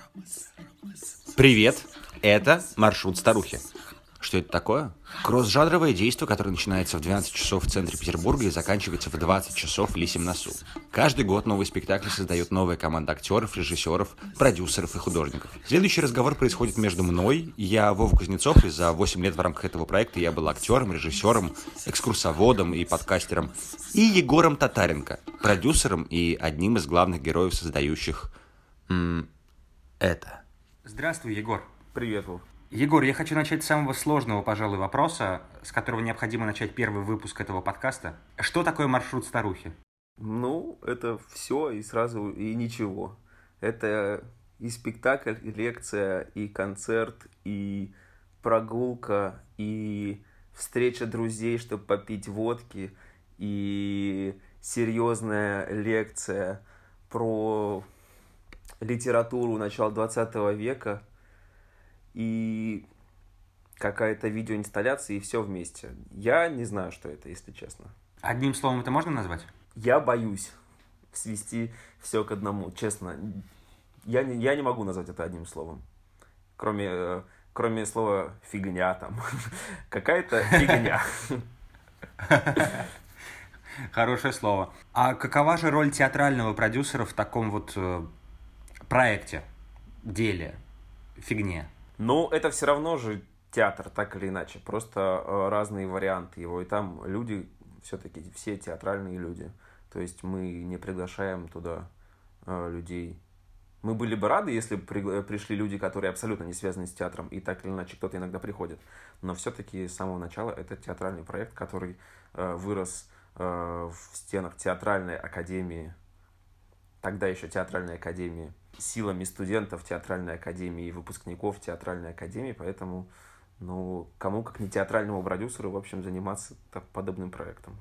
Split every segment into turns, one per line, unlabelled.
Привет, это «Маршрут старухи». Что это такое? Кросс-жанровое действо, которое начинается в 12 часов в центре Петербурга и заканчивается в 20 часов в Лисьем носу. Каждый год новый спектакль создает новая команда актеров, режиссеров, продюсеров и художников. Следующий разговор происходит между мной, я Вова Кузнецов, и за 8 лет в рамках этого проекта я был актером, режиссером, экскурсоводом и подкастером, и Егором Татаренко, продюсером и одним из главных героев, создающих это. Здравствуй, Егор.
Привет, Вов.
Егор, я хочу начать с самого сложного, пожалуй, вопроса, с которого необходимо начать первый выпуск этого подкаста. Что такое «Маршрут старухи»?
Это все и сразу, и ничего. Это и спектакль, и лекция, и концерт, и прогулка, и встреча друзей, чтобы попить водки, и серьезная лекция про литературу начала 20 века, и какая-то видеоинсталляция, и все вместе. Я не знаю, что это, если честно.
Одним словом это можно назвать?
Я боюсь свести все к одному, честно. Я не могу назвать это одним словом. Кроме слова «фигня» там. Какая-то фигня.
Хорошее слово. А какова же роль театрального продюсера в таком вот проекте, деле, фигне?
Это все равно же театр, так или иначе. Просто разные варианты его. И там люди, все-таки все театральные люди. То есть мы не приглашаем туда людей. Мы были бы рады, если бы пришли люди, которые абсолютно не связаны с театром. И так или иначе кто-то иногда приходит. Но все-таки с самого начала это театральный проект, который вырос в стенах театральной академии. Тогда еще театральной академии. Силами студентов театральной академии и выпускников театральной академии, поэтому, кому как не театральному продюсеру, в общем, заниматься подобным проектом.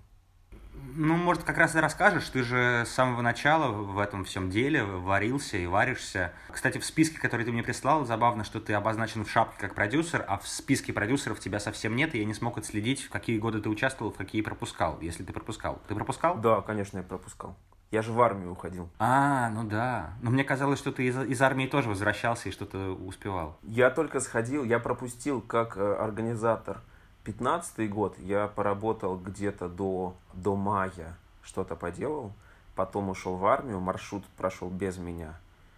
Может, как раз и расскажешь, ты же с самого начала в этом всем деле варился и варишься. Кстати, в списке, который ты мне прислал, забавно, что ты обозначен в шапке как продюсер, а в списке продюсеров тебя совсем нет, и я не смог отследить, в какие годы ты участвовал, в какие пропускал, если ты пропускал. Ты пропускал?
Да, конечно, я пропускал. Я же в армию уходил.
Да. Но мне казалось, что ты из армии тоже возвращался и что-то успевал.
Я только сходил, я пропустил как организатор 15-й год. Я поработал где-то до мая, что-то поделал. Потом ушел в армию, маршрут прошел без меня.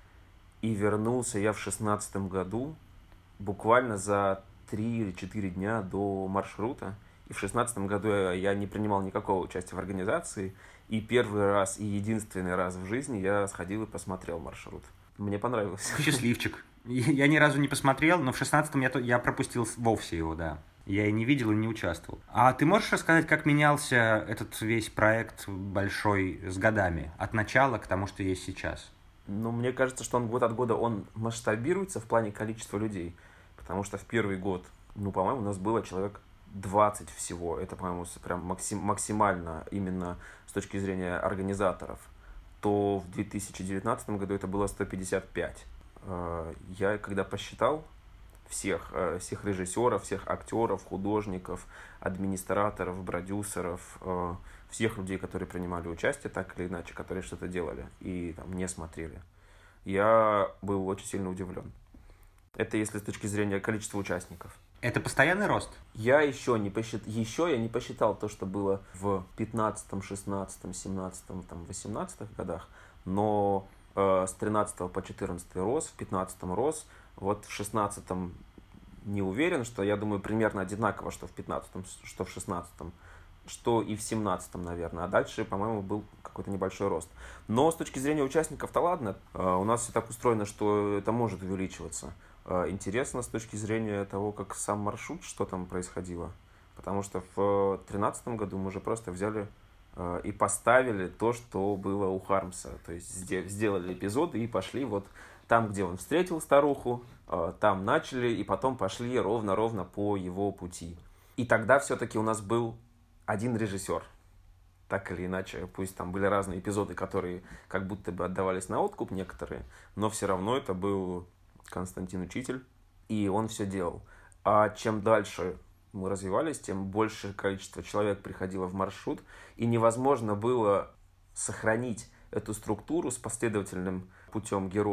И вернулся я в 16-м году, буквально за 3 или 4 дня до маршрута. И в 16-м году я не принимал никакого участия в организации. И первый раз, и единственный раз в жизни я сходил и посмотрел маршрут. Мне понравилось.
Счастливчик. Я ни разу не посмотрел, но в 16-м я пропустил вовсе его, да. Я и не видел, и не участвовал. А ты можешь рассказать, как менялся этот весь проект большой с годами? От начала к тому, что есть сейчас?
Мне кажется, что он год от года он масштабируется в плане количества людей. Потому что в первый год, по-моему, у нас было человек 20 всего. Это, по-моему, прям максимально именно с точки зрения организаторов. То в 2019 году это было 155. Я когда посчитал всех режиссеров, всех актеров, художников, администраторов, продюсеров, всех людей, которые принимали участие так или иначе, которые что-то делали и там не смотрели, я был очень сильно удивлен. Это если с точки зрения количества участников.
Это постоянный рост?
Я еще не посчитал то, что было в 15-м, 16-м, 17-м, 18-х годах, но с 13 по 14 рос, в 15-м рос, вот в 16-м не уверен, что я думаю примерно одинаково, что в 15-м, что в 16-м, что и в 17-м, наверное, а дальше, по-моему, был какой-то небольшой рост. Но с точки зрения участников-то ладно, у нас все так устроено, что это может увеличиваться. Интересно с точки зрения того, как сам маршрут, что там происходило. Потому что в 2013 году мы уже просто взяли и поставили то, что было у Хармса. То есть сделали эпизоды и пошли вот там, где он встретил старуху, там начали и потом пошли ровно по его пути. И тогда все-таки у нас был один режиссер. Так или иначе, пусть там были разные эпизоды, которые как будто бы отдавались на откуп некоторые, но все равно это был Константин Учитель, и он все делал. А чем дальше мы развивались, тем большее количество человек приходило в маршрут, и невозможно было сохранить эту структуру с последовательным путем героя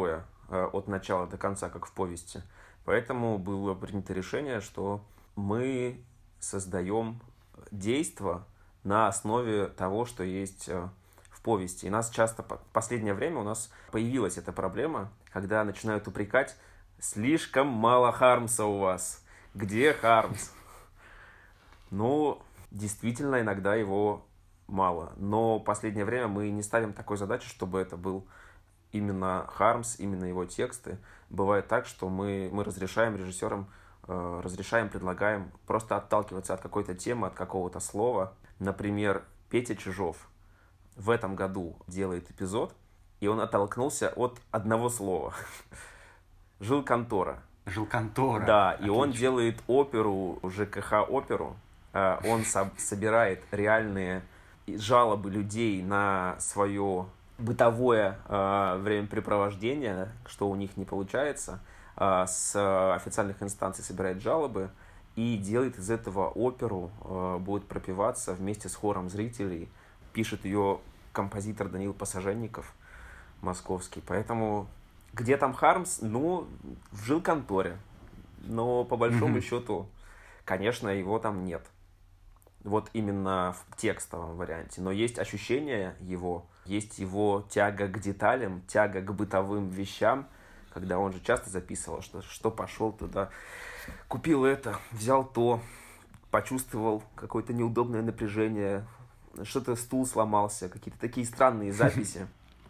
от начала до конца, как в повести. Поэтому было принято решение, что мы создаем действо на основе того, что есть в повести. И нас часто, в последнее время у нас появилась эта проблема, когда начинают упрекать: слишком мало Хармса у вас. Где Хармс? Ну, действительно, иногда его мало. Но в последнее время мы не ставим такой задачи, чтобы это был именно Хармс, именно его тексты. Бывает так, что мы разрешаем режиссерам, предлагаем просто отталкиваться от какой-то темы, от какого-то слова. Например, Петя Чижов в этом году делает эпизод, и он оттолкнулся от одного слова. Жилконтора.
Жилконтора.
Да,
Отлично.
и он делает оперу, ЖКХ-оперу. Он собирает реальные жалобы людей на свое бытовое времяпрепровождение, что у них не получается, с официальных инстанций собирает жалобы и делает из этого оперу, будет пропеваться вместе с хором зрителей. Пишет ее композитор Даниил Посаженников, московский. Поэтому где там Хармс? Ну, в Жилконторе. Но по большому счету, конечно, его там нет. Вот именно в текстовом варианте. Но есть ощущение его, есть его тяга к деталям, тяга к бытовым вещам, когда он же часто записывал, что пошел туда, купил это, взял то, почувствовал какое-то неудобное напряжение, что-то стул сломался, какие-то такие странные записи.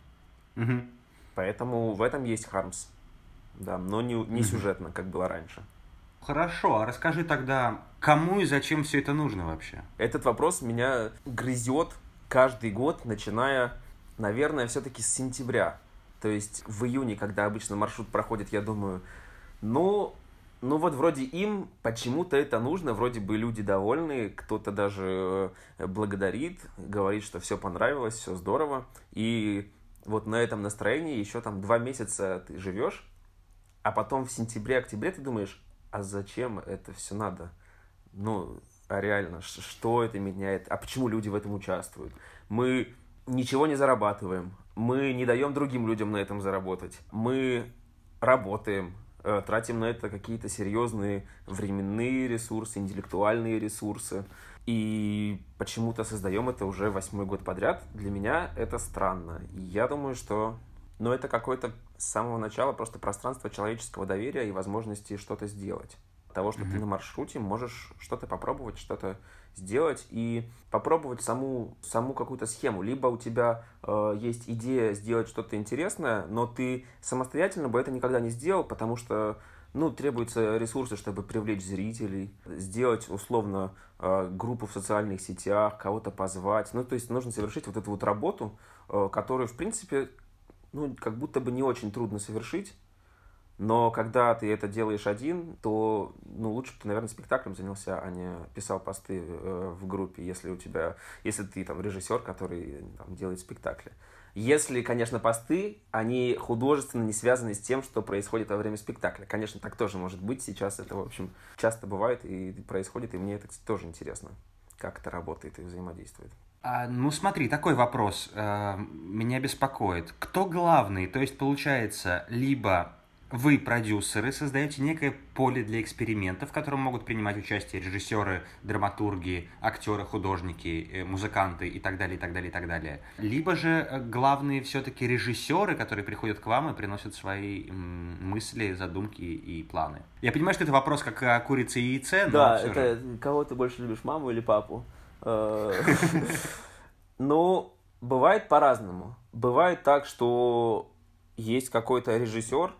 Поэтому в этом есть Хармс. Да, но не сюжетно, как было раньше.
Хорошо, а расскажи тогда, кому и зачем все это нужно вообще?
Этот вопрос меня грызет каждый год, начиная, наверное, все-таки с сентября. То есть в июне, когда обычно маршрут проходит, я думаю, ну вот вроде им почему-то это нужно, вроде бы люди довольны, кто-то даже благодарит, говорит, что все понравилось, все здорово. И вот на этом настроении еще там 2 месяца ты живешь, а потом в сентябре-октябре ты думаешь: а зачем это все надо? Ну, а реально, что это меняет? А почему люди в этом участвуют? Мы ничего не зарабатываем, мы не даем другим людям на этом заработать, мы работаем, тратим на это какие-то серьезные временные ресурсы, интеллектуальные ресурсы, и почему-то создаем это уже 8-й год подряд. Для меня это странно. И я думаю, что это какое-то с самого начала просто пространство человеческого доверия и возможности что-то сделать. Того, что ты на маршруте можешь что-то попробовать, что-то сделать и попробовать саму какую-то схему. Либо у тебя есть идея сделать что-то интересное, но ты самостоятельно бы это никогда не сделал, потому что требуются ресурсы, чтобы привлечь зрителей, сделать условно группу в социальных сетях, кого-то позвать. То есть нужно совершить вот эту вот работу, которую, в принципе, как будто бы не очень трудно совершить. Но когда ты это делаешь один, то лучше бы ты, наверное, спектаклем занялся, а не писал посты в группе, если ты там режиссер, который там делает спектакли. Если, конечно, посты, они художественно не связаны с тем, что происходит во время спектакля. Конечно, так тоже может быть. Сейчас это, в общем, часто бывает и происходит, и мне это, кстати, тоже интересно, как это работает и взаимодействует.
Смотри, такой вопрос меня беспокоит. Кто главный? То есть, получается, либо вы, продюсеры, создаете некое поле для экспериментов, в котором могут принимать участие режиссеры, драматурги, актеры, художники, музыканты и так далее, и так далее, и так далее. Либо же главные все-таки режиссеры, которые приходят к вам и приносят свои мысли, задумки и планы. Я понимаю, что это вопрос как о курице и яйце, но
да,
все
это
же.
Кого ты больше любишь, маму или папу? Бывает по-разному. Бывает так, что есть какой-то режиссер,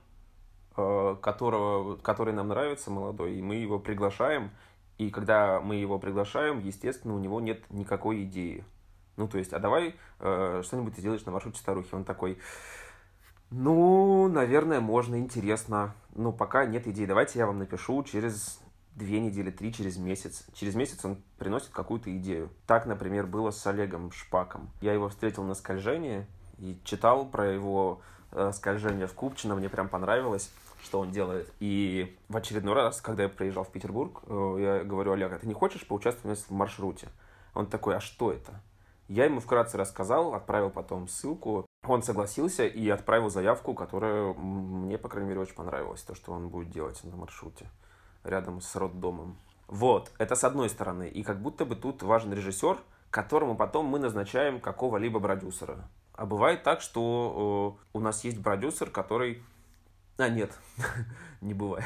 который нам нравится, молодой, и мы его приглашаем, и когда мы его приглашаем, естественно, у него нет никакой идеи. То есть, а давай что-нибудь ты делаешь на маршруте старухи. Он такой: наверное, можно, интересно, пока нет идей, давайте я вам напишу через 2 недели, 3, через месяц. Через месяц он приносит какую-то идею. Так, например, было с Олегом Шпаком. Я его встретил на скольжении и читал про его скольжение в Купчино, мне прям понравилось, что он делает. И в очередной раз, когда я приезжал в Петербург, я говорю: Олег, а ты не хочешь поучаствовать в маршруте? Он такой: а что это? Я ему вкратце рассказал, отправил потом ссылку. Он согласился и отправил заявку, которая мне, по крайней мере, очень понравилась. То, что он будет делать на маршруте рядом с роддомом. Вот, это с одной стороны. И как будто бы тут важен режиссер, которому потом мы назначаем какого-либо продюсера. А бывает так, что у нас есть продюсер, который... А, нет, не бывает.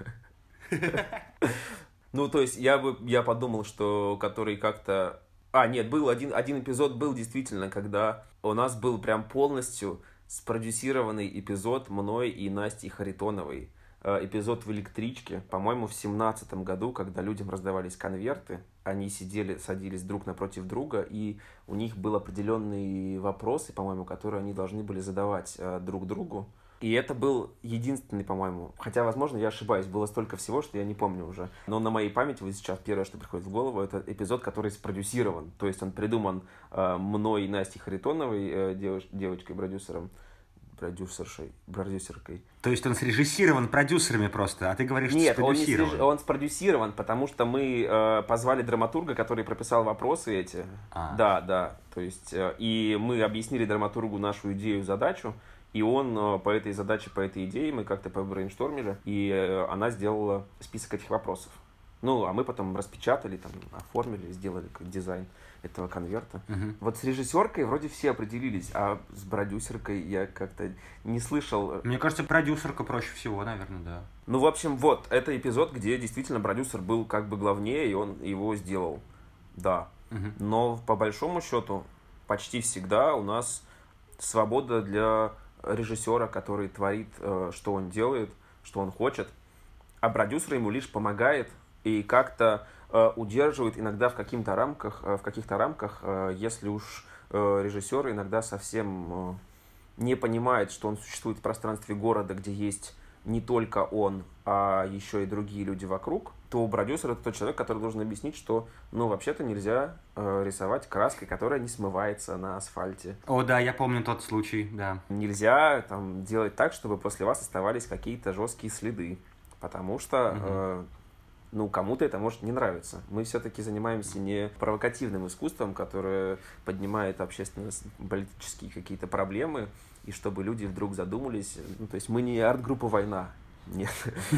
Ну, то есть я подумал, что который как-то... А, нет, был один эпизод был действительно, когда у нас был прям полностью спродюсированный эпизод мной и Настей Харитоновой. Эпизод в электричке, по-моему, в 2017 году, когда людям раздавались конверты, они садились друг напротив друга, и у них были определенные вопросы, по-моему, которые они должны были задавать друг другу. И это был единственный, по-моему, хотя, возможно, я ошибаюсь, было столько всего, что я не помню уже. Но на моей памяти вот сейчас первое, что приходит в голову, это эпизод, который спродюсирован. То есть он придуман мной и Настей Харитоновой, девочкой-продюсером, продюсеркой.
То есть он срежиссирован продюсерами просто, а ты говоришь,
нет,
что спродюсирован.
Нет, он спродюсирован, потому что мы позвали драматурга, который прописал вопросы эти. Да. То есть, и мы объяснили драматургу нашу идею, задачу, и он по этой задаче, по этой идее, мы как-то побрейнштормили, и она сделала список этих вопросов. Ну, а мы потом распечатали, там, оформили, сделали дизайн этого конверта. Вот с режиссеркой вроде все определились, а с продюсеркой я как-то не слышал.
Мне кажется, продюсерка проще всего, наверное, да.
Ну, в общем, вот, это эпизод, где действительно продюсер был как бы главнее, и он его сделал. Да. Но по большому счету почти всегда у нас свобода для режиссера, который творит, что он делает, что он хочет, а продюсер ему лишь помогает и как-то удерживает иногда в каких-то рамках, если уж режиссер иногда совсем не понимает, что он существует в пространстве города, где есть не только он, а еще и другие люди вокруг, то продюсер — это тот человек, который должен объяснить, что, ну, вообще-то нельзя рисовать краской, которая не смывается на асфальте.
О, да, я помню тот случай, да.
Нельзя там делать так, чтобы после вас оставались какие-то жесткие следы, потому что... Ну, кому-то это может не нравиться. Мы все-таки занимаемся не провокативным искусством, которое поднимает общественно-политические какие-то проблемы, и чтобы люди вдруг задумались. Ну, то есть мы не арт-группа «Война». Нет.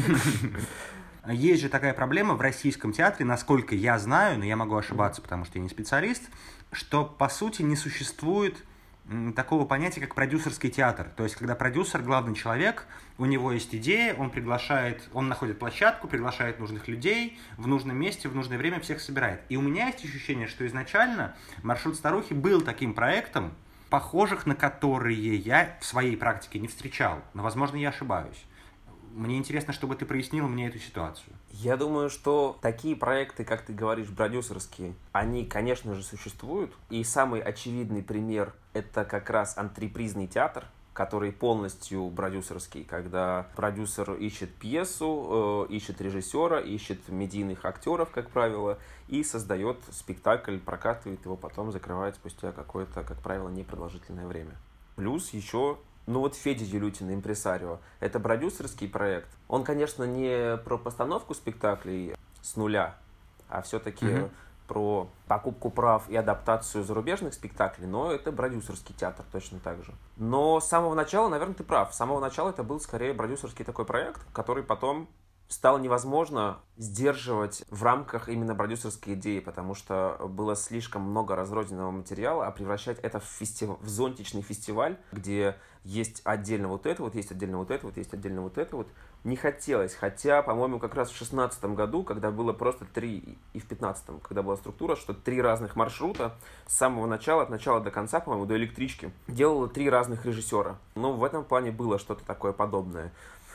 Есть же такая проблема в российском театре, насколько я знаю, но я могу ошибаться, потому что я не специалист, что, по сути, не существует такого понятия, как продюсерский театр. То есть, когда продюсер — главный человек, у него есть идея, он находит площадку, приглашает нужных людей, в нужном месте, в нужное время всех собирает. И у меня есть ощущение, что изначально «Маршрут старухи» был таким проектом, похожих на которые я в своей практике не встречал. Но, возможно, я ошибаюсь. Мне интересно, чтобы ты прояснил мне эту ситуацию.
Я думаю, что такие проекты, как ты говоришь, продюсерские, они, конечно же, существуют. И самый очевидный пример — это как раз антрепризный театр, который полностью продюсерский, когда продюсер ищет пьесу, ищет режиссера, ищет медийных актеров, как правило, и создает спектакль, прокатывает его, потом закрывает спустя какое-то, как правило, непродолжительное время. Плюс еще... Ну вот Федя Юлютин, импресарио, это продюсерский проект. Он, конечно, не про постановку спектаклей с нуля, а все-таки про покупку прав и адаптацию зарубежных спектаклей, но это продюсерский театр точно так же. Но с самого начала, наверное, ты прав, с самого начала это был скорее продюсерский такой проект, который потом стало невозможно сдерживать в рамках именно продюсерской идеи, потому что было слишком много разрозненного материала, а превращать это в зонтичный фестиваль, где есть отдельно вот это, вот есть отдельно вот это, вот есть отдельно вот это, вот, не хотелось. Хотя, по-моему, как раз в 2016 году, когда было просто 3, и в 2015, когда была структура, что 3 разных маршрута с самого начала, от начала до конца, по-моему, до электрички, делало 3 разных режиссера. Ну, в этом плане было что-то такое подобное.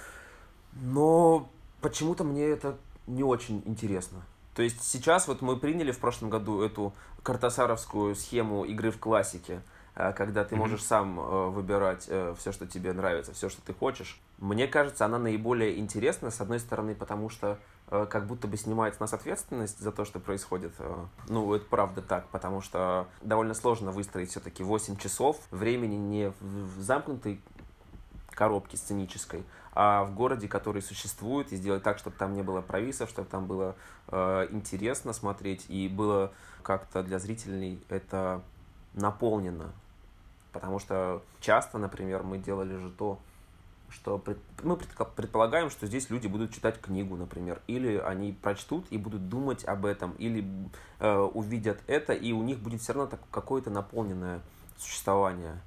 Но почему-то мне это не очень интересно. То есть сейчас вот мы приняли в прошлом году эту картасаровскую схему игры в классике, когда ты можешь сам выбирать все, что тебе нравится, все, что ты хочешь. Мне кажется, она наиболее интересна, с одной стороны, потому что как будто бы снимает с нас ответственность за то, что происходит. Ну, это правда так, потому что довольно сложно выстроить все-таки 8 часов времени не в замкнутой коробке сценической, а в городе, который существует, и сделать так, чтобы там не было провисов, чтобы там было интересно смотреть, и было как-то для зрителей это наполнено. Потому что часто, например, мы делали же то, что мы предполагаем, что здесь люди будут читать книгу, например, или они прочтут и будут думать об этом, или увидят это, и у них будет все равно какое-то наполненное существование.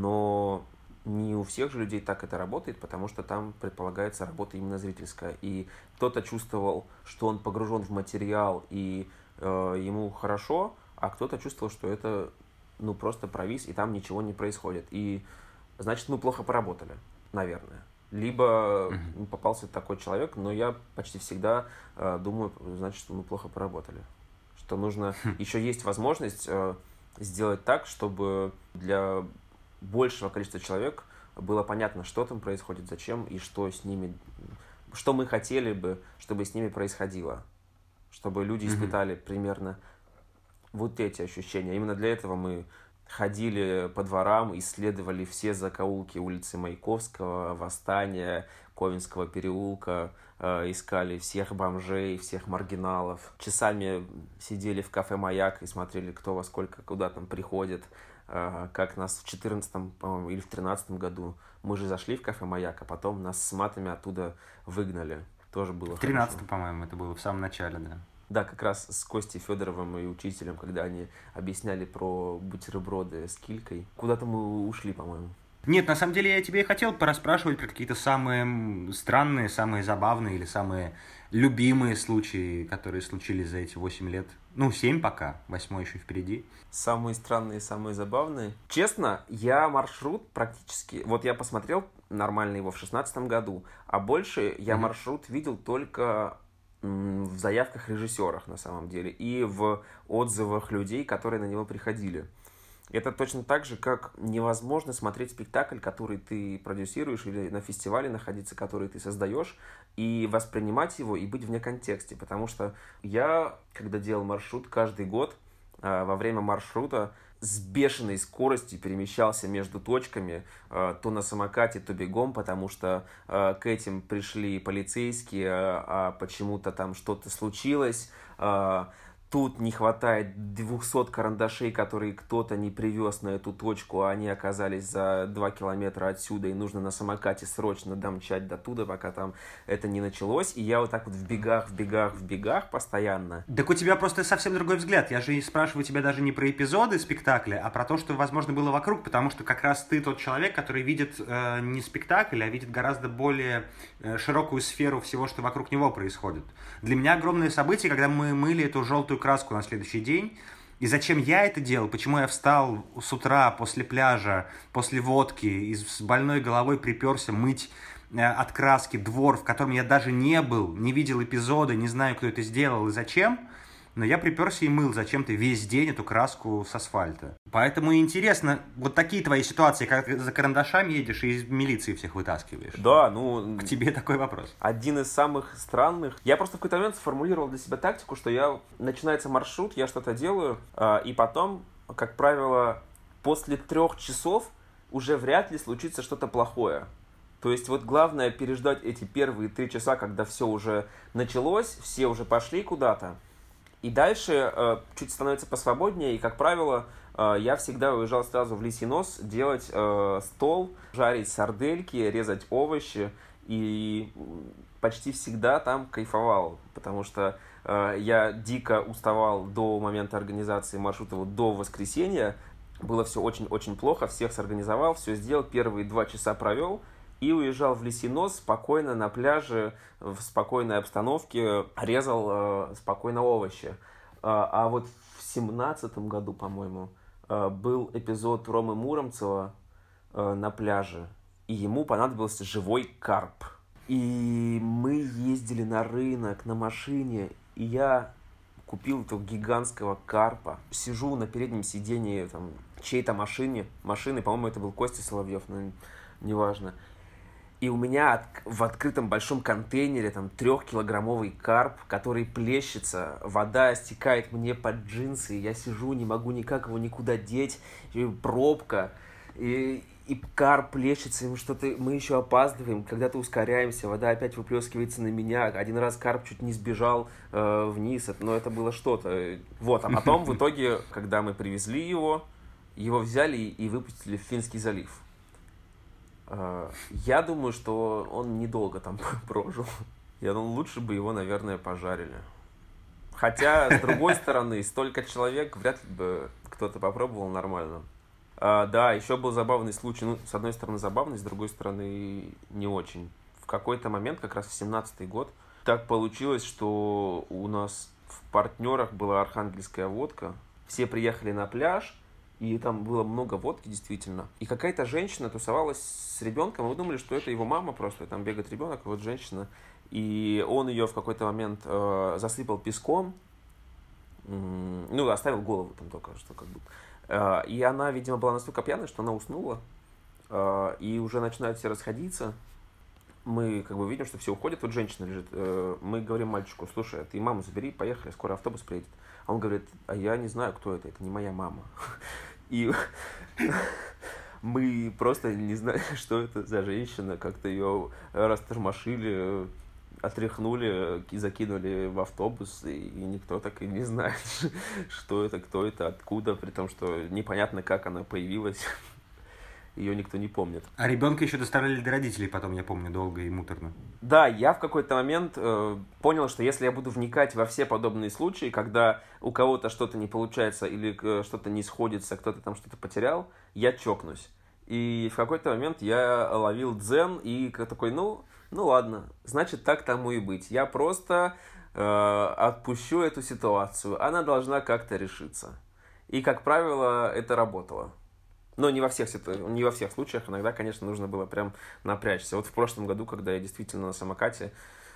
Но не у всех же людей так это работает, потому что там предполагается работа именно зрительская. И кто-то чувствовал, что он погружен в материал, и ему хорошо, а кто-то чувствовал, что это просто провис, и там ничего не происходит. И значит, мы плохо поработали. Наверное. Либо попался такой человек, но я почти всегда думаю, значит, что мы плохо поработали. Что нужно... Еще есть возможность сделать так, чтобы для большего количества человек было понятно, что там происходит, зачем и что с ними... Что мы хотели бы, чтобы с ними происходило. Чтобы люди испытали примерно вот эти ощущения. Именно для этого мы ходили по дворам, исследовали все закоулки улицы Маяковского, Восстания, Ковенского переулка, искали всех бомжей, всех маргиналов. Часами сидели в кафе «Маяк» и смотрели, кто во сколько, куда там приходит. Как нас в 2014, по-моему, или в 2013 году, мы же зашли в кафе «Маяк», а потом нас с матами оттуда выгнали. Тоже было
в 2013, по-моему, это было в самом начале, да.
Да, как раз с Костей Федоровым и учителем, когда они объясняли про бутерброды с килькой. Куда-то мы ушли, по-моему.
Нет, на самом деле я тебе и хотел порасспрашивать про какие-то самые странные, самые забавные или самые любимые случаи, которые случились за эти 8 лет. 7 пока, 8 еще впереди.
Самые странные, самые забавные. Честно, я маршрут практически... Вот я посмотрел нормально его в 2016 году, а больше я маршрут видел только в заявках режиссерах, на самом деле, и в отзывах людей, которые на него приходили. Это точно так же, как невозможно смотреть спектакль, который ты продюсируешь, или на фестивале находиться, который ты создаешь, и воспринимать его, и быть вне контексте. Потому что я, когда делал маршрут каждый год, во время маршрута с бешеной скоростью перемещался между точками, то на самокате, то бегом, потому что к этим пришли полицейские, а почему-то там что-то случилось. Тут не хватает 200 карандашей, которые кто-то не привез на эту точку, а они оказались за 2 километра отсюда, и нужно на самокате срочно домчать до туда, пока там это не началось. И я вот так вот в бегах постоянно.
Так у тебя просто совсем другой взгляд. Я же спрашиваю тебя даже не про эпизоды спектакля, а про то, что, возможно, было вокруг, потому что как раз ты тот человек, который видит не спектакль, а видит гораздо более широкую сферу всего, что вокруг него происходит. Для меня огромное событие, когда мы мыли эту желтую краску на следующий день. И зачем я это делал? Почему я встал с утра после пляжа, после водки и с больной головой приперся мыть от краски двор, в котором я даже не был, не видел эпизода, не знаю, кто это сделал и зачем. Но я приперся и мыл зачем-то весь день эту краску с асфальта. Поэтому интересно, вот такие твои ситуации, как за карандашами едешь и из милиции всех вытаскиваешь.
Да,
К тебе такой вопрос.
Один из самых странных. Я просто в какой-то момент сформулировал для себя тактику, что начинается маршрут, я что-то делаю, и потом, как правило, после 3 часов уже вряд ли случится что-то плохое. То есть вот главное переждать эти первые 3 часа, когда все уже началось, все уже пошли куда-то. И дальше чуть становится посвободнее, и, как правило, я всегда уезжал сразу в Лисий Нос делать стол, жарить сардельки, резать овощи, и почти всегда там кайфовал, потому что я дико уставал до момента организации маршрута, вот до воскресенья, было все очень-очень плохо, всех сорганизовал, все сделал, первые 2 часа провел, и уезжал в Лисий Нос спокойно на пляже, в спокойной обстановке, резал спокойно овощи. А вот в 2017 году, по-моему, был эпизод Ромы Муромцева на пляже, и ему понадобился живой карп. И мы ездили на рынок на машине, и я купил этого гигантского карпа. Сижу на переднем сидении чьей-то машины, по-моему, это был Костя Соловьев, но неважно. И у меня в открытом большом контейнере 3-килограммовый карп, который плещется, вода стекает мне под джинсы, я сижу, не могу никак его никуда деть, и пробка, и карп плещется, мы еще опаздываем, когда-то ускоряемся, вода опять выплескивается на меня, один раз карп чуть не сбежал вниз, но это было что-то. Вот, а потом в итоге, когда мы привезли его, его взяли и выпустили в Финский залив. Я думаю, что он недолго там прожил. Я думаю, лучше бы его, наверное, пожарили. Хотя, с другой стороны, столько человек, вряд ли бы кто-то попробовал нормально. Да, еще был забавный случай. Ну, с одной стороны забавный, с другой стороны не очень. В какой-то момент, как раз в 17-й год, так получилось, что у нас в партнерах была архангельская водка. Все приехали на пляж, и там было много водки, действительно. И какая-то женщина тусовалась с ребенком, и мы думали, что это его мама просто, там бегает ребенок, и вот женщина. И он ее в какой-то момент засыпал песком, ну, оставил голову там только что как будто. И она, видимо, была настолько пьяная, что она уснула, и уже начинают все расходиться. Мы как бы видим, что все уходят, вот женщина лежит. Мы говорим мальчику: слушай, ты маму забери, поехали, скоро автобус приедет. А он говорит: а я не знаю, кто это не моя мама. И мы просто не знали, что это за женщина, как-то ее растормошили, отряхнули и закинули в автобус, и никто так и не знает, что это, кто это, откуда, при том, что непонятно, как она появилась. Ее никто не помнит.
А ребенка еще доставляли до родителей потом, я помню, долго и муторно.
Да, я в какой-то момент понял, что если я буду вникать во все подобные случаи, когда у кого-то что-то не получается или что-то не сходится, кто-то там что-то потерял, я чокнусь. И в какой-то момент я ловил дзен и такой, ну ладно, значит, так тому и быть. Я просто отпущу эту ситуацию. Она должна как-то решиться. И, как правило, это работало. Но не во всех случаях. Иногда, конечно, нужно было прям напрячься. Вот в прошлом году, когда я действительно на самокате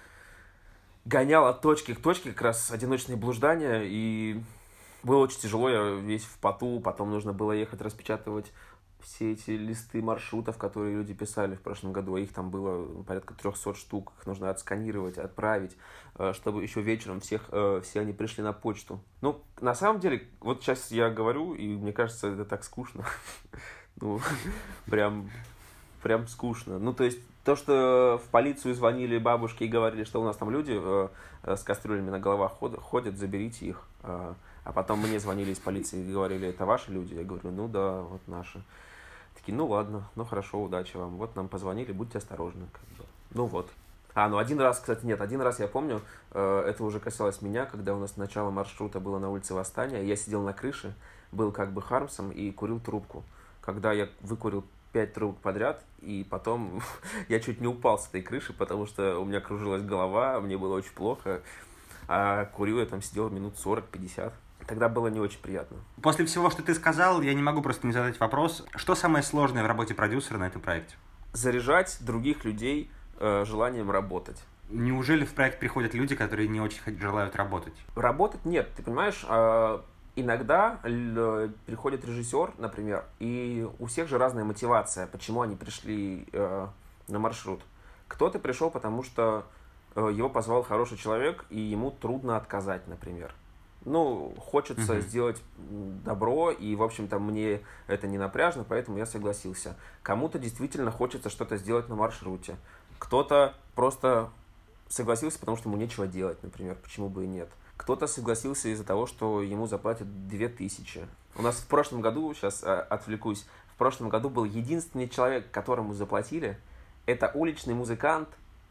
гонял от точки к точке, как раз одиночные блуждания, и было очень тяжело, я весь в поту, потом нужно было ехать распечатывать все эти листы маршрутов, которые люди писали в прошлом году, а их там было порядка 300 штук, их нужно отсканировать, отправить, чтобы еще вечером все они пришли на почту. Ну, на самом деле, вот сейчас я говорю, и мне кажется, это так скучно. Ну, прям скучно. Ну, то есть, то, что в полицию звонили бабушки и говорили, что у нас там люди с кастрюлями на головах ходят, заберите их. А потом мне звонили из полиции и говорили: это ваши люди? Я говорю: ну да, вот наши. Такие: ну ладно, ну хорошо, удачи вам. Вот нам позвонили, будьте осторожны. Как бы. Ну вот. Ну один раз, кстати, нет, один раз я помню, это уже касалось меня, когда у нас начало маршрута было на улице Восстания, я сидел на крыше, был как бы Хармсом и курил трубку. Когда я выкурил 5 трубок подряд, и потом я чуть не упал с этой крыши, потому что у меня кружилась голова, мне было очень плохо, а курил я там сидел минут 40-50. Тогда было не очень приятно.
После всего, что ты сказал, я не могу просто не задать вопрос. Что самое сложное в работе продюсера на этом проекте?
Заряжать других людей желанием работать.
Неужели в проект приходят люди, которые не очень желают работать?
Работать нет. Ты понимаешь, иногда приходит режиссер, например, и у всех же разная мотивация, почему они пришли на маршрут. Кто-то пришел, потому что его позвал хороший человек, и ему трудно отказать, например. Ну, хочется сделать добро, и, в общем-то, мне это не напряжно, поэтому я согласился. Кому-то действительно хочется что-то сделать на маршруте. Кто-то просто согласился, потому что ему нечего делать, например, почему бы и нет. Кто-то согласился из-за того, что ему заплатят 2000. У нас в прошлом году, сейчас отвлекусь, в прошлом году был единственный человек, которому заплатили. Это уличный музыкант,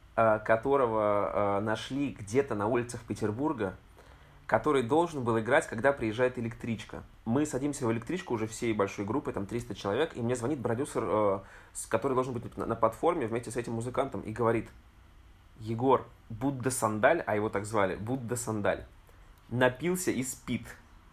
которого нашли где-то на улицах Петербурга, который должен был играть, когда приезжает электричка. Мы садимся в электричку уже всей большой группой, там 300 человек, и мне звонит продюсер, который должен быть на платформе вместе с этим музыкантом, и говорит: Егор, Будда Сандаль, а его так звали, Будда Сандаль, напился и спит.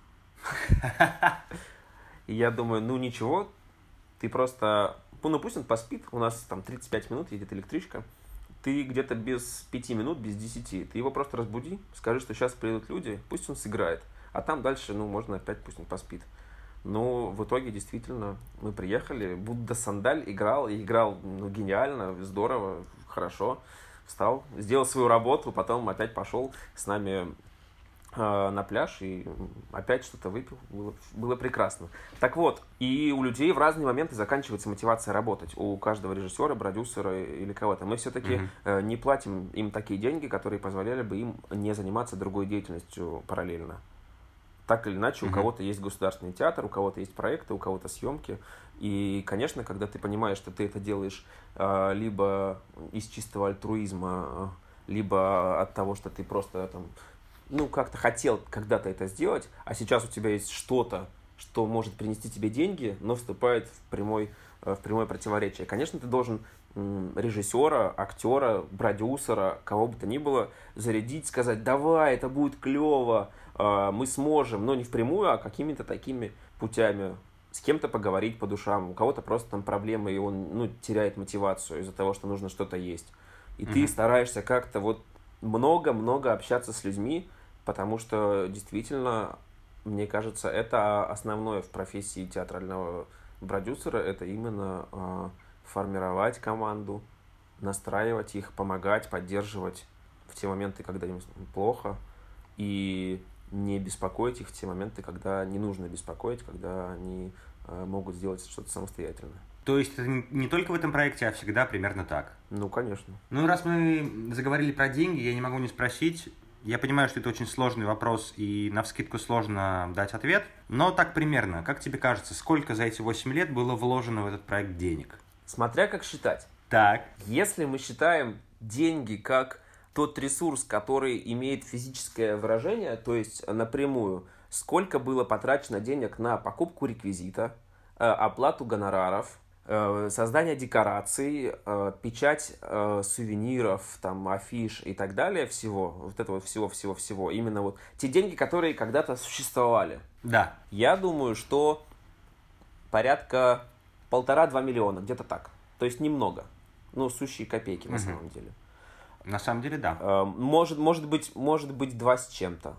И я думаю, ну ничего, ты просто, ну пусть он поспит, у нас там 35 минут едет электричка, ты где-то без 5 минут, без 10, ты его просто разбуди, скажи, что сейчас приедут люди, пусть он сыграет, а там дальше, ну, можно опять, пусть он поспит. Но в итоге, действительно, мы приехали, Будда Сандаль играл, ну, гениально, здорово, хорошо, встал, сделал свою работу, потом опять пошел с нами на пляж и опять что-то выпил. Было прекрасно. Так вот, и у людей в разные моменты заканчивается мотивация работать. У каждого режиссера, продюсера или кого-то. Мы все-таки не платим им такие деньги, которые позволяли бы им не заниматься другой деятельностью параллельно. Так или иначе, у кого-то есть государственный театр, у кого-то есть проекты, у кого-то съемки. И, конечно, когда ты понимаешь, что ты это делаешь либо из чистого альтруизма, либо от того, что ты просто там, ну, как-то хотел когда-то это сделать, а сейчас у тебя есть что-то, что может принести тебе деньги, но вступает в прямое противоречие. Конечно, ты должен режиссера, актера, продюсера, кого бы то ни было, зарядить, сказать: давай, это будет клево, мы сможем, но не впрямую, а какими-то такими путями. С кем-то поговорить по душам, у кого-то просто там проблемы, и он, ну, теряет мотивацию из-за того, что нужно что-то есть. И ты стараешься как-то вот много-много общаться с людьми, потому что действительно, мне кажется, это основное в профессии театрального продюсера, это именно формировать команду, настраивать их, помогать, поддерживать в те моменты, когда им плохо, и не беспокоить их в те моменты, когда не нужно беспокоить, когда они могут сделать что-то самостоятельно.
То есть это не только в этом проекте, а всегда примерно так?
Ну, конечно.
Ну, раз мы заговорили про деньги, я не могу не спросить. Я понимаю, что это очень сложный вопрос, и навскидку сложно дать ответ. Но так примерно, как тебе кажется, сколько за эти 8 лет было вложено в этот проект денег?
Смотря как считать.
Так.
Если мы считаем деньги как тот ресурс, который имеет физическое выражение, то есть напрямую, сколько было потрачено денег на покупку реквизита, оплату гонораров, создание декораций, печать сувениров, там, афиш и так далее, всего, вот этого всего-всего-всего, именно вот те деньги, которые когда-то существовали.
Да.
Я думаю, что порядка 1,5-2 миллиона, где-то так. То есть немного. Ну, сущие копейки на самом деле.
На самом деле, да.
Может быть 2 с чем-то.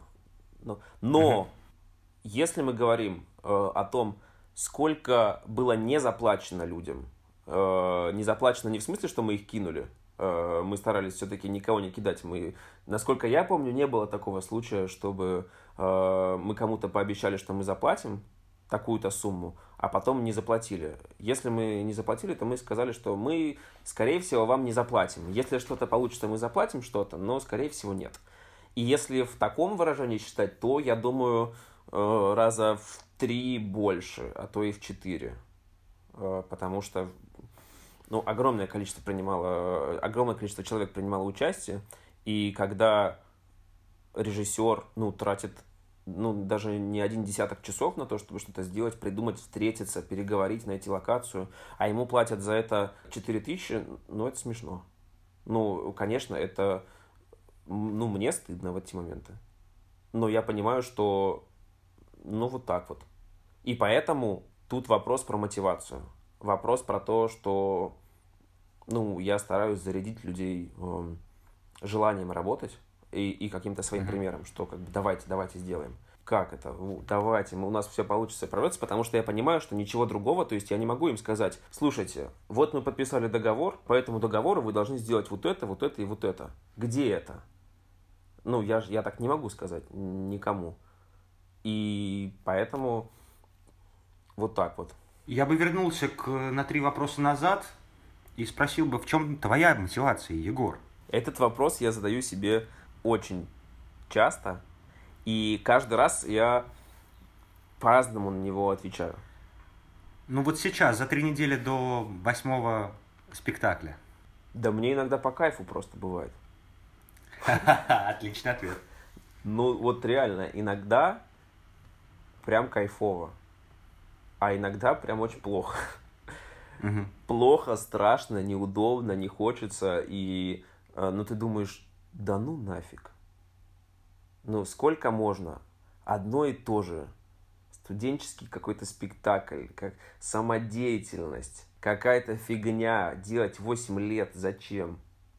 Но если мы говорим о том, сколько было не заплачено людям, не заплачено не в смысле, что мы их кинули, мы старались все-таки никого не кидать. Насколько я помню, не было такого случая, чтобы мы кому-то пообещали, что мы заплатим такую-то сумму, а потом не заплатили. Если мы не заплатили, то мы сказали, что мы, скорее всего, вам не заплатим. Если что-то получится, мы заплатим что-то, но, скорее всего, нет. И если в таком выражении считать, то, я думаю, раза в 3 больше, а то и в 4. Потому что огромное количество человек принимало участие, и когда режиссер тратит даже не 1 десяток часов на то, чтобы что-то сделать, придумать, встретиться, переговорить, найти локацию, а ему платят за это 4000, это смешно. Конечно, это, мне стыдно в эти моменты. Но я понимаю, что, вот так вот. И поэтому тут вопрос про мотивацию. Вопрос про то, что, я стараюсь зарядить людей желанием работать, и каким-то своим примером, что давайте сделаем. Как это? Давайте, у нас все получится, прорвется, потому что я понимаю, что ничего другого, то есть я не могу им сказать: слушайте, вот мы подписали договор, по этому договору вы должны сделать вот это и вот это. Где это? Я так не могу сказать никому. И поэтому вот так вот.
Я бы вернулся на 3 вопроса назад и спросил бы, в чем твоя мотивация, Егор?
Этот вопрос я задаю себе очень часто, и каждый раз я по-разному на него отвечаю.
Вот сейчас, за 3 недели до 8-го спектакля.
Да мне иногда по кайфу просто бывает.
Отличный ответ.
Реально, иногда прям кайфово, а иногда прям очень плохо. Плохо, страшно, неудобно, не хочется, и ты думаешь: да нафиг. Сколько можно? Одно и то же. Студенческий какой-то спектакль, как самодеятельность, какая-то фигня, делать 8 лет, зачем?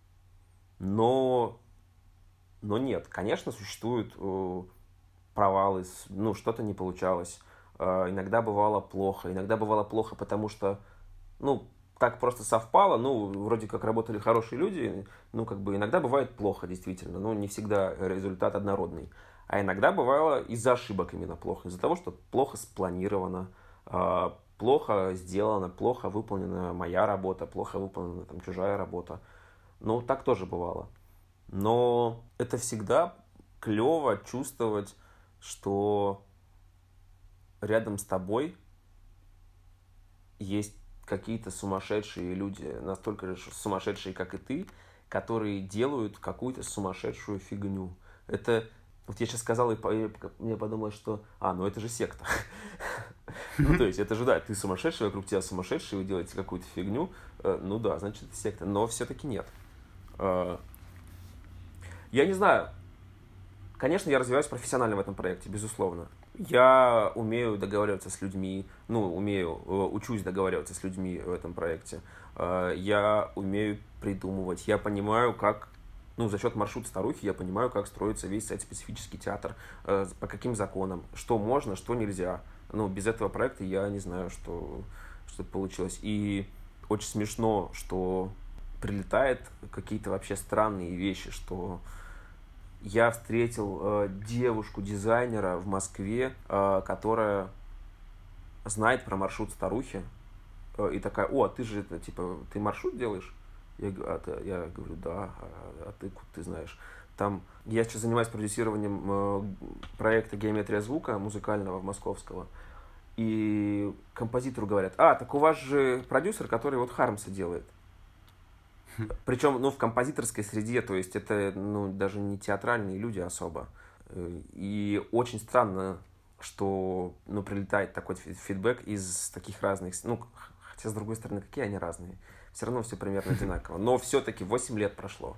Но нет, конечно, существуют провалы, что-то не получалось. Иногда бывало плохо, потому что, так просто совпало, вроде как работали хорошие люди, иногда бывает плохо, действительно, не всегда результат однородный. А иногда бывало из-за ошибок именно плохо, из-за того, что плохо спланировано, плохо сделано, плохо выполнена моя работа, плохо выполнена чужая работа. Так тоже бывало. Но это всегда клево чувствовать, что рядом с тобой есть какие-то сумасшедшие люди, настолько же сумасшедшие, как и ты, которые делают какую-то сумасшедшую фигню. Это... Вот я сейчас сказал, и мне подумалось, что... ну это же секта. Ну, то есть, это же, да, ты сумасшедший, вокруг тебя сумасшедший, вы делаете какую-то фигню. Ну да, значит, это секта. Но все-таки нет. Я не знаю. Конечно, я развиваюсь профессионально в этом проекте, безусловно. Я умею договариваться с людьми, учусь договариваться с людьми в этом проекте. Я умею придумывать, я понимаю, как, за счет маршрута старухи, я понимаю, как строится весь сайт-специфический театр, по каким законам, что можно, что нельзя. Без этого проекта я не знаю, что получилось. И очень смешно, что прилетают какие-то вообще странные вещи, что... Я встретил девушку-дизайнера в Москве, которая знает про маршрут старухи. И такая: а ты же, ты маршрут делаешь? Я говорю, да, ты знаешь? Я сейчас занимаюсь продюсированием проекта «Геометрия звука» музыкального московского. И композитору говорят: так у вас же продюсер, который вот Хармса делает. Причем, в композиторской среде, то есть это, даже не театральные люди особо. И очень странно, что, прилетает такой фидбэк из таких разных, хотя, с другой стороны, какие они разные. Все равно все примерно одинаково. Но все-таки 8 лет прошло.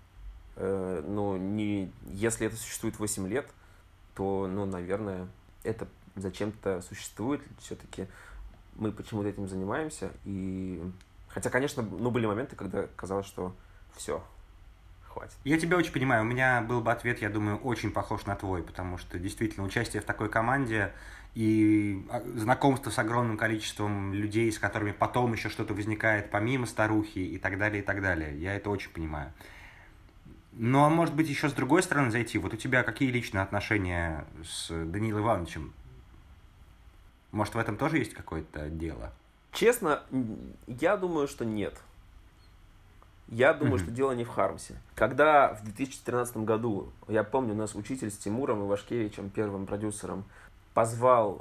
Если это существует 8 лет, то, наверное, это зачем-то существует. Все-таки мы почему-то этим занимаемся, и... Хотя, конечно, были моменты, когда казалось, что все, хватит.
Я тебя очень понимаю. У меня был бы ответ, я думаю, очень похож на твой, потому что действительно участие в такой команде и знакомство с огромным количеством людей, с которыми потом еще что-то возникает помимо старухи и так далее, и так далее. Я это очень понимаю. Ну, а может быть, еще с другой стороны зайти. Вот у тебя какие личные отношения с Даниилом Ивановичем? Может, в этом тоже есть какое-то дело?
Честно, я думаю, что нет. Я думаю, что дело не в Хармсе. Когда в 2013 году, я помню, нас учитель с Тимуром Ивашкевичем, первым продюсером, позвал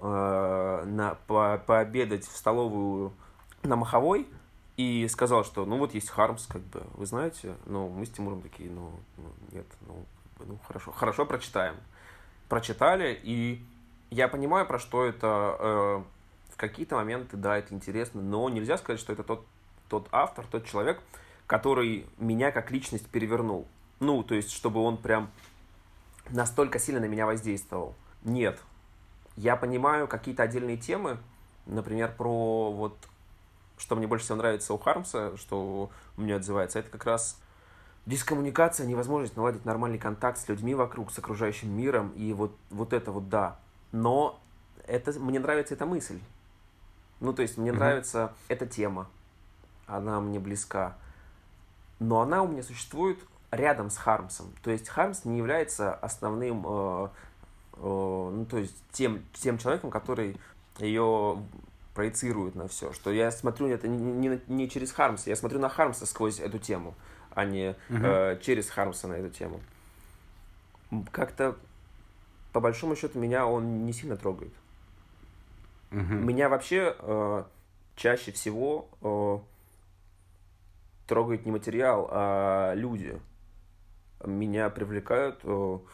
пообедать в столовую на Маховой и сказал, что вот есть Хармс, вы знаете. Мы с Тимуром такие, нет, хорошо, прочитаем. Прочитали, и я понимаю, про что это... В какие-то моменты, да, это интересно, но нельзя сказать, что это тот автор, тот человек, который меня как личность перевернул. То есть, чтобы он прям настолько сильно на меня воздействовал. Нет. Я понимаю какие-то отдельные темы, например, про что мне больше всего нравится у Хармса, что у меня отзывается, это как раз дискоммуникация, невозможность наладить нормальный контакт с людьми вокруг, с окружающим миром, и вот это да. Но мне нравится эта мысль. То есть, мне нравится эта тема. Она мне близка. Но она у меня существует рядом с Хармсом. То есть, Хармс не является основным, то есть, тем человеком, который ее проецирует на все. Что я смотрю это не через Хармса, я смотрю на Хармса сквозь эту тему, а не через Хармса на эту тему. Как-то, по большому счету, меня он не сильно трогает. Меня вообще чаще всего трогает не материал, а люди. Меня привлекают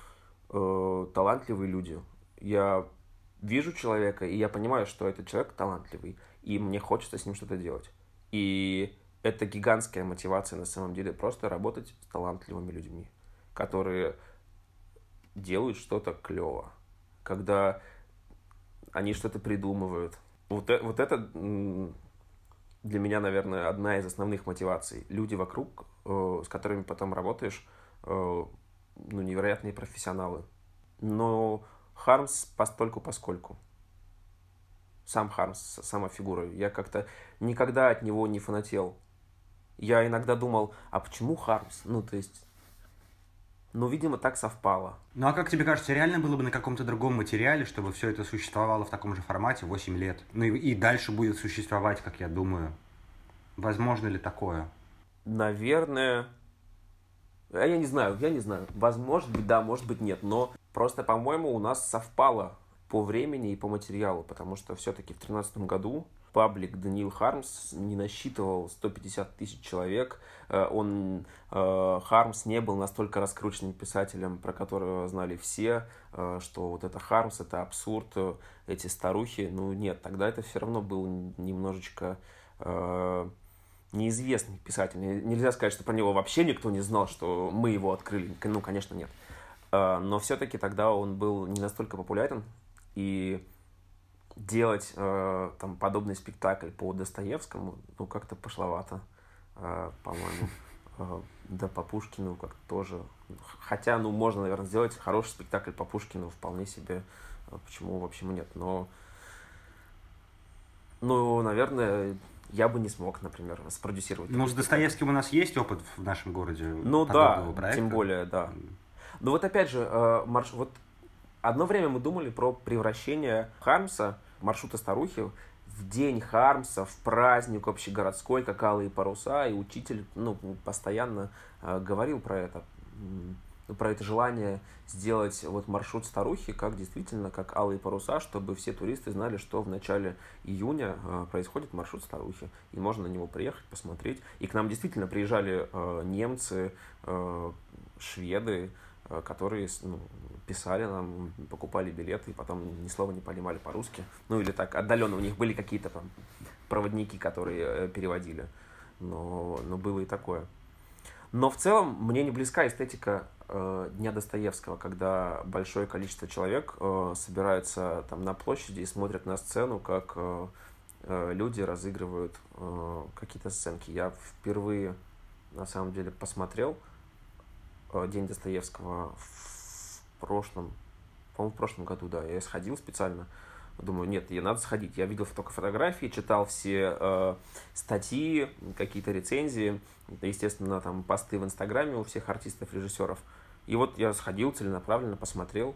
талантливые люди. Я вижу человека, и я понимаю, что этот человек талантливый, и мне хочется с ним что-то делать. И это гигантская мотивация на самом деле, просто работать с талантливыми людьми, которые делают что-то клево. Когда они что-то придумывают. Вот это для меня, наверное, одна из основных мотиваций. Люди вокруг, с которыми потом работаешь, невероятные профессионалы. Но Хармс постольку-поскольку. Сам Хармс, сама фигура. Я как-то никогда от него не фанател. Я иногда думал, а почему Хармс? Видимо, так совпало.
А как тебе кажется, реально было бы на каком-то другом материале, чтобы все это существовало в таком же формате 8 лет? И дальше будет существовать, как я думаю. Возможно ли такое?
Наверное. Я не знаю. Может быть, да, может быть, нет. Но просто, по-моему, у нас совпало. по времени и по материалу, потому что все-таки в 2013 году паблик Даниил Хармс не насчитывал 150 тысяч человек. Хармс не был настолько раскрученным писателем, про которого знали все, что вот это Хармс, это абсурд, эти старухи. Ну нет, тогда это все равно был немножечко неизвестный писатель. Нельзя сказать, что про него вообще никто не знал, что мы его открыли. Ну, конечно, нет. Но все-таки тогда он был не настолько популярен, и делать там подобный спектакль по Достоевскому, ну, как-то пошловато, по-моему. Да, по Пушкину как-то тоже. Хотя, ну, можно, наверное, сделать хороший спектакль по Пушкину вполне себе. Почему, в общем, нет. Но, ну, наверное, я бы не смог, например, спродюсировать.
Ну, с Достоевским у нас есть опыт в нашем городе.
Ну да, проекта. Тем более, да. Но вот опять же, вот одно время мы думали про превращение Хармса, маршрута старухи, в день Хармса, в праздник общегородской, как алые паруса, и учитель, ну, постоянно говорил про это желание сделать вот маршрут старухи, как действительно, как алые паруса, чтобы все туристы знали, что в начале июня происходит маршрут старухи, и можно на него приехать, посмотреть. И к нам действительно приезжали немцы, шведы, которые, ну, писали нам, покупали билеты, и потом ни слова не понимали по-русски. Ну, или так, отдаленно у них были какие-то там проводники, которые переводили. Но было и такое. Но в целом мне не близка эстетика Дня Достоевского, когда большое количество человек собираются там на площади и смотрят на сцену, как люди разыгрывают какие-то сценки. Я впервые, на самом деле, посмотрел День Достоевского в прошлом году, да, я сходил специально, думаю, нет, ей надо сходить, я видел только фотографии, читал все статьи, какие-то рецензии, естественно, там посты в Инстаграме у всех артистов, режиссеров, и вот я сходил целенаправленно, посмотрел,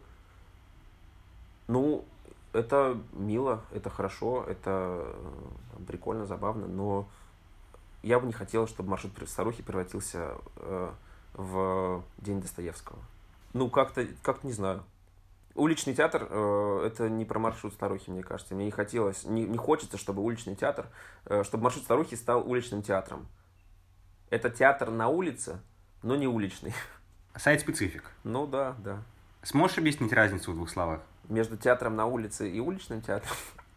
ну, это мило, это хорошо, это прикольно, забавно, но я бы не хотел, чтобы маршрут старухи превратился в День Достоевского. Ну, как-то не знаю. Уличный театр это не про маршрут старухи, мне кажется. Мне не хочется, чтобы уличный театр, чтобы маршрут старухи стал уличным театром. Это театр на улице, но не уличный.
Сайт-специфик.
Ну да.
Сможешь объяснить разницу в двух словах?
Между театром на улице и уличным театром?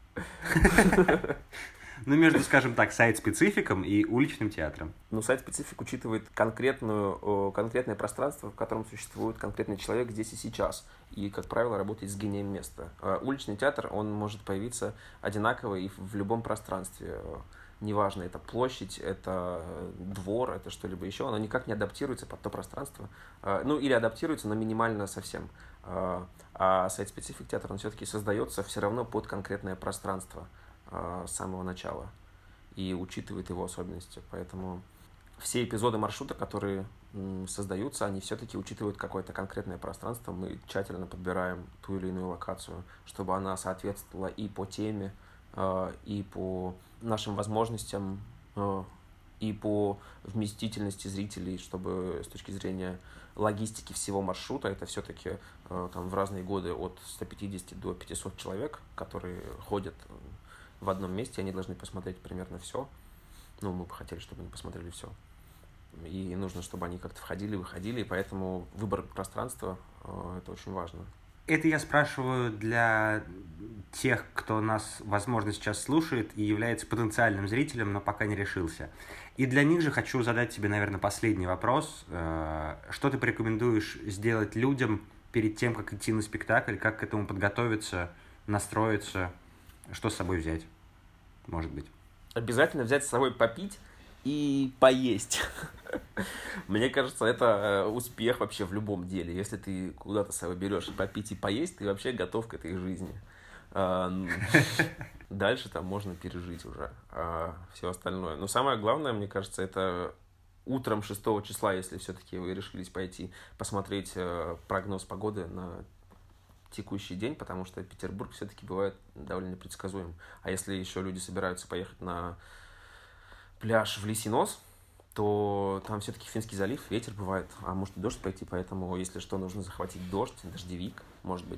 Ну, между, скажем так, сайт-спецификом и уличным театром.
Ну, сайт-специфик учитывает конкретное пространство, в котором существует конкретный человек здесь и сейчас. И, как правило, работает с гением места. Уличный театр, он может появиться одинаково и в любом пространстве. Неважно, это площадь, это двор, это что-либо еще. Оно никак не адаптируется под то пространство. Ну, или адаптируется, но минимально совсем. А сайт-специфик театр, он все-таки создается все равно под конкретное пространство с самого начала и учитывает его особенности. Поэтому все эпизоды маршрута, которые создаются, они все-таки учитывают какое-то конкретное пространство. Мы тщательно подбираем ту или иную локацию, чтобы она соответствовала и по теме, и по нашим возможностям, и по вместительности зрителей, чтобы с точки зрения логистики всего маршрута, это все-таки там в разные годы от 150 до 500 человек, которые ходят в одном месте, они должны посмотреть примерно все. Ну, мы бы хотели, чтобы они посмотрели все. И нужно, чтобы они как-то входили, выходили, и поэтому выбор пространства это очень важно.
Это я спрашиваю для тех, кто нас, возможно, сейчас слушает и является потенциальным зрителем, но пока не решился. И для них же хочу задать тебе, наверное, последний вопрос. Что ты порекомендуешь сделать людям перед тем, как идти на спектакль, как к этому подготовиться, настроиться, что с собой взять, может быть?
Обязательно взять с собой попить и поесть. Мне кажется, это успех вообще в любом деле. Если ты куда-то с собой берешь попить и поесть, ты вообще готов к этой жизни. Дальше там можно пережить уже все остальное. Но самое главное, мне кажется, это утром 6 числа, если все-таки вы решились пойти посмотреть прогноз погоды на текущий день, потому что Петербург все-таки бывает довольно непредсказуем. А если еще люди собираются поехать на пляж в Лисий Нос, то там все-таки Финский залив, ветер бывает, а может и дождь пойти, поэтому, если что, нужно захватить дождь, дождевик, может быть.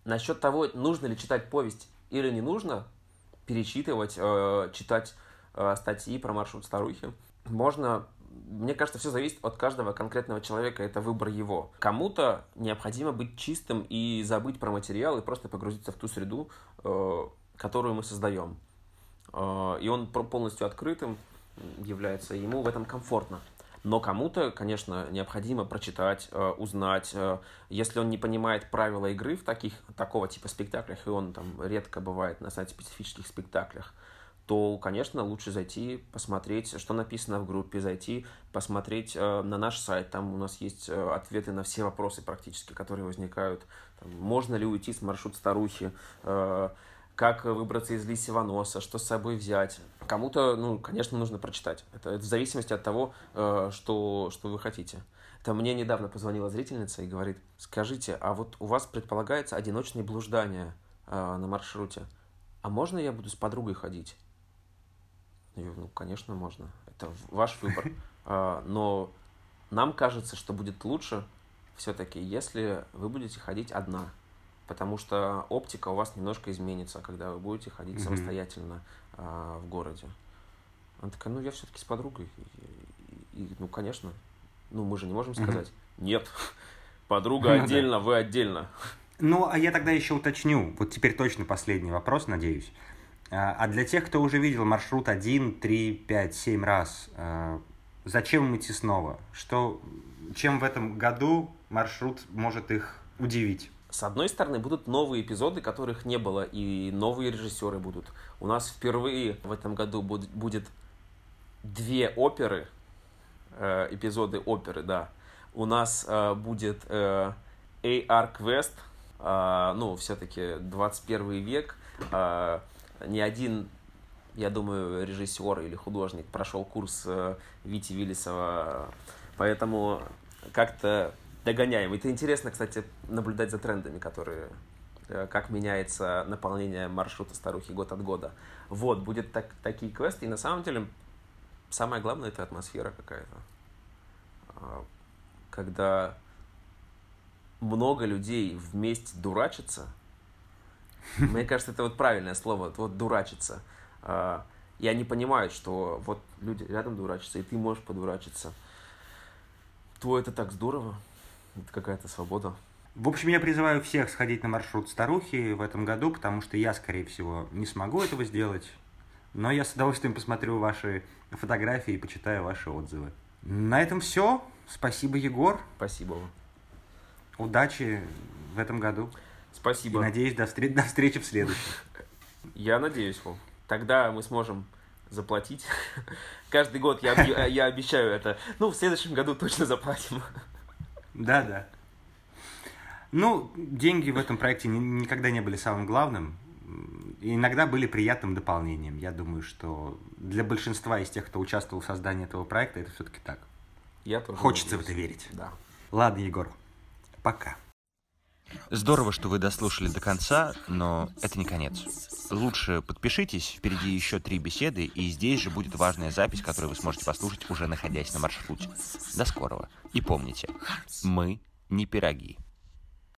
Насчет того, нужно ли читать повесть или не нужно, перечитывать, читать статьи про маршрут старухи, можно. Мне кажется, все зависит от каждого конкретного человека, это выбор его. Кому-то необходимо быть чистым и забыть про материал, и просто погрузиться в ту среду, которую мы создаем. И он полностью открытым является, ему в этом комфортно. Но кому-то, конечно, необходимо прочитать, узнать. Если он не понимает правила игры в такого типа спектаклях, и он там редко бывает на специфических спектаклях, то, конечно, лучше зайти, посмотреть, что написано в группе, зайти, посмотреть на наш сайт. Там у нас есть ответы на все вопросы практически, которые возникают. Там, можно ли уйти с маршрута старухи, как выбраться из лисьего носа, что с собой взять. Кому-то, конечно, нужно прочитать. Это в зависимости от того, что вы хотите. Это мне недавно позвонила зрительница и говорит: скажите, а вот у вас предполагается одиночные блуждания на маршруте, а можно я буду с подругой ходить? Я говорю, конечно, можно. Это ваш выбор. Но нам кажется, что будет лучше все-таки, если вы будете ходить одна. Потому что оптика у вас немножко изменится, когда вы будете ходить самостоятельно в городе. Она такая, я все-таки с подругой. И конечно. Мы же не можем сказать, нет, подруга отдельно, вы отдельно.
А я тогда еще уточню. Вот теперь точно последний вопрос, надеюсь. А для тех, кто уже видел маршрут 1, 3, 5, 7 раз, зачем им идти снова? Чем в этом году маршрут может их удивить?
С одной стороны, будут новые эпизоды, которых не было, и новые режиссеры будут. У нас впервые в этом году будет 2 оперы, эпизоды оперы, да. У нас будет AR Quest, все-таки 21 век. Ни один, я думаю, режиссер или художник прошел курс Вити Виллисова, поэтому как-то догоняем. Это интересно, кстати, наблюдать за трендами, как меняется наполнение маршрута старухи год от года. Будет такие квесты, и на самом деле самое главное — это атмосфера какая-то. Когда много людей вместе дурачатся, мне кажется, это правильное слово, дурачиться. И они понимают, что люди рядом дурачатся, и ты можешь подурачиться. То это так здорово. Это какая-то свобода.
В общем, я призываю всех сходить на маршрут старухи в этом году, потому что я, скорее всего, не смогу этого сделать. Но я с удовольствием посмотрю ваши фотографии и почитаю ваши отзывы. На этом все. Спасибо, Егор.
Спасибо.
Удачи в этом году.
Спасибо.
И надеюсь, до встречи в следующем.
Я надеюсь, Вов. Тогда мы сможем заплатить. Каждый год я обещаю это. В следующем году точно заплатим.
Да. Деньги в этом проекте никогда не были самым главным. И иногда были приятным дополнением. Я думаю, что для большинства из тех, кто участвовал в создании этого проекта, это все-таки так.
Я тоже
Хочется
надеюсь.
в это верить.
Да.
Ладно, Егор. Пока.
Здорово, что вы дослушали до конца, но это не конец. Лучше подпишитесь, впереди еще 3 беседы, и здесь же будет важная запись, которую вы сможете послушать, уже находясь на маршруте. До скорого. И помните, мы не пироги.